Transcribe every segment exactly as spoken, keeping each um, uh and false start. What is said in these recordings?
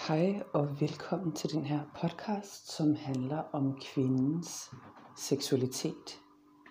Hej og velkommen til den her podcast, som handler om kvindens seksualitet.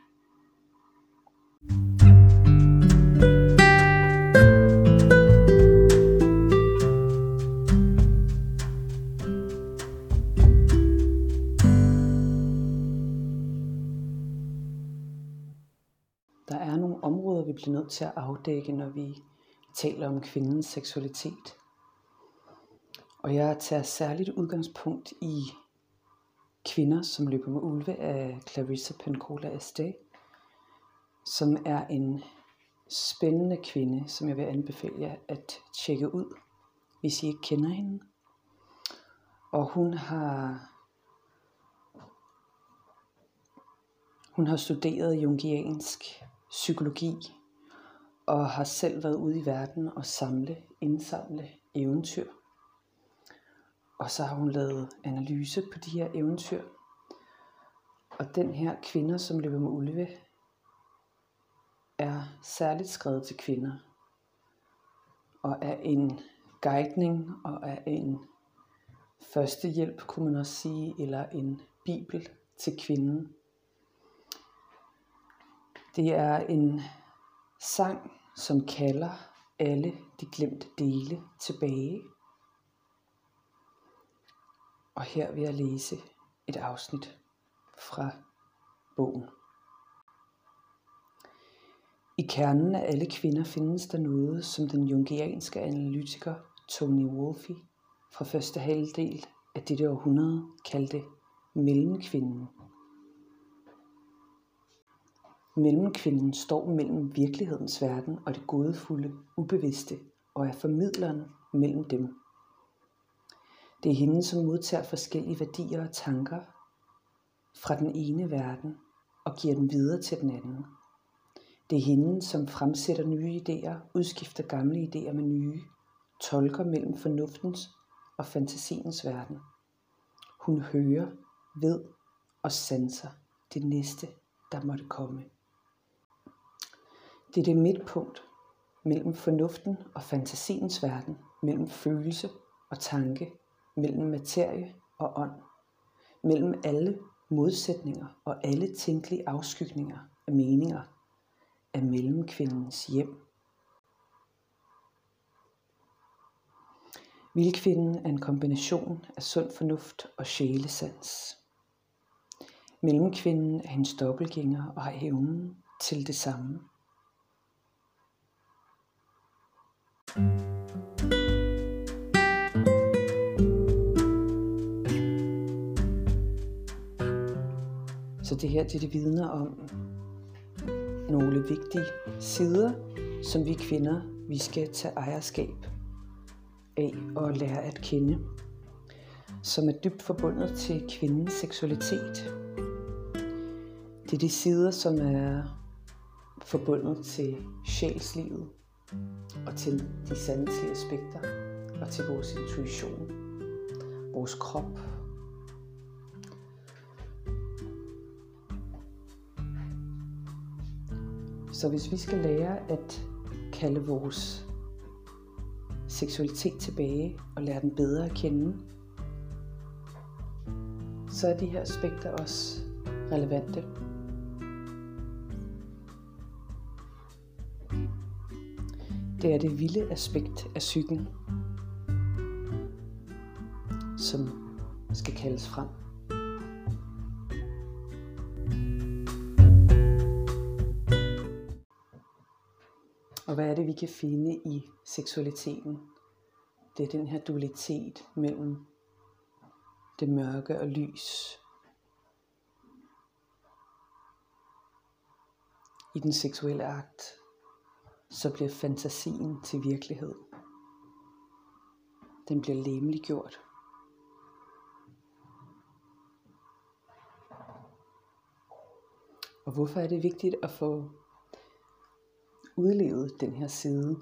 Der er nogle områder, vi bliver nødt til at afdække, når vi taler om kvindens seksualitet. Og jeg tager særligt udgangspunkt i Kvinder, som løber med ulve af Clarissa Pinkola Esté, som er en spændende kvinde, som jeg vil anbefale jer at tjekke ud, hvis I ikke kender hende. Og hun har, hun har studeret jungiansk psykologi, og har selv været ude i verden og samle, indsamle eventyr. Og så har hun lavet analyse på de her eventyr. Og den her Kvinder, som løber med ulve, er særligt skrevet til kvinder. Og er en guidning og er en førstehjælp, kunne man også sige, eller en bibel til kvinden. Det er en sang, som kalder alle de glemte dele tilbage. Og her vil jeg læse et afsnit fra bogen. I kernen af alle kvinder findes der noget, som den jungianske analytiker Tony Wolffie fra første halvdel af dette århundrede kaldte mellemkvinden. Mellemkvinden står mellem virkelighedens verden og det gådefulde, ubevidste, og er formidleren mellem dem. Det er hende, som modtager forskellige værdier og tanker fra den ene verden og giver dem videre til den anden. Det er hende, som fremsætter nye idéer, udskifter gamle idéer med nye, tolker mellem fornuftens og fantasiens verden. Hun hører, ved og sanser det næste, der måtte komme. Det er det midtpunkt mellem fornuften og fantasiens verden, mellem følelse og tanke, mellem materie og ånd, mellem alle modsætninger og alle tænkelige afskygninger af meninger af mellemkvindens hjem. Vildkvinden er en kombination af sund fornuft og sjælesans. Mellemkvinden er hendes dobbeltgænger og har evnen til det samme. Så det her det, det vidner om nogle vigtige sider, som vi kvinder vi skal tage ejerskab af og lære at kende, som er dybt forbundet til kvindens seksualitet. Det er de sider, som er forbundet til sjælslivet og til de sanselige aspekter og til vores intuition, vores krop. Så hvis vi skal lære at kalde vores seksualitet tilbage og lære den bedre at kende, så er de her aspekter også relevante. Det er det vilde aspekt af psyken, som skal kaldes frem. Og hvad er det, vi kan finde i seksualiteten? Det er den her dualitet mellem det mørke og lys. I den seksuelle akt, så bliver fantasien til virkelighed. Den bliver legemliggjort. Og hvorfor er det vigtigt at få udlevet den her side?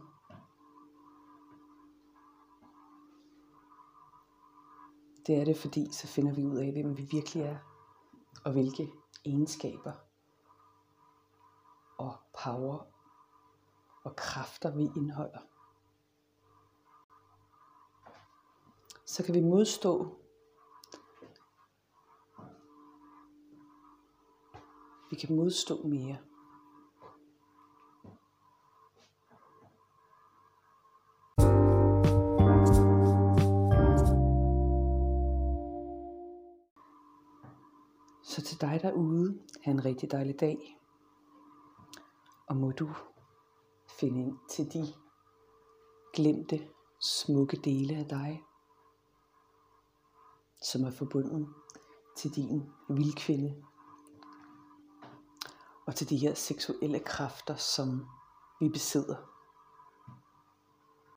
Det er det, fordi så finder vi ud af, hvem vi virkelig er, og hvilke egenskaber og power og kræfter vi indeholder. så kan vi modstå. Vi kan modstå mere. Så til dig derude, have en rigtig dejlig dag. Og må du finde ind til de glemte, smukke dele af dig, som er forbundet til din vildkvinde. Og til de her seksuelle kræfter, som vi besidder.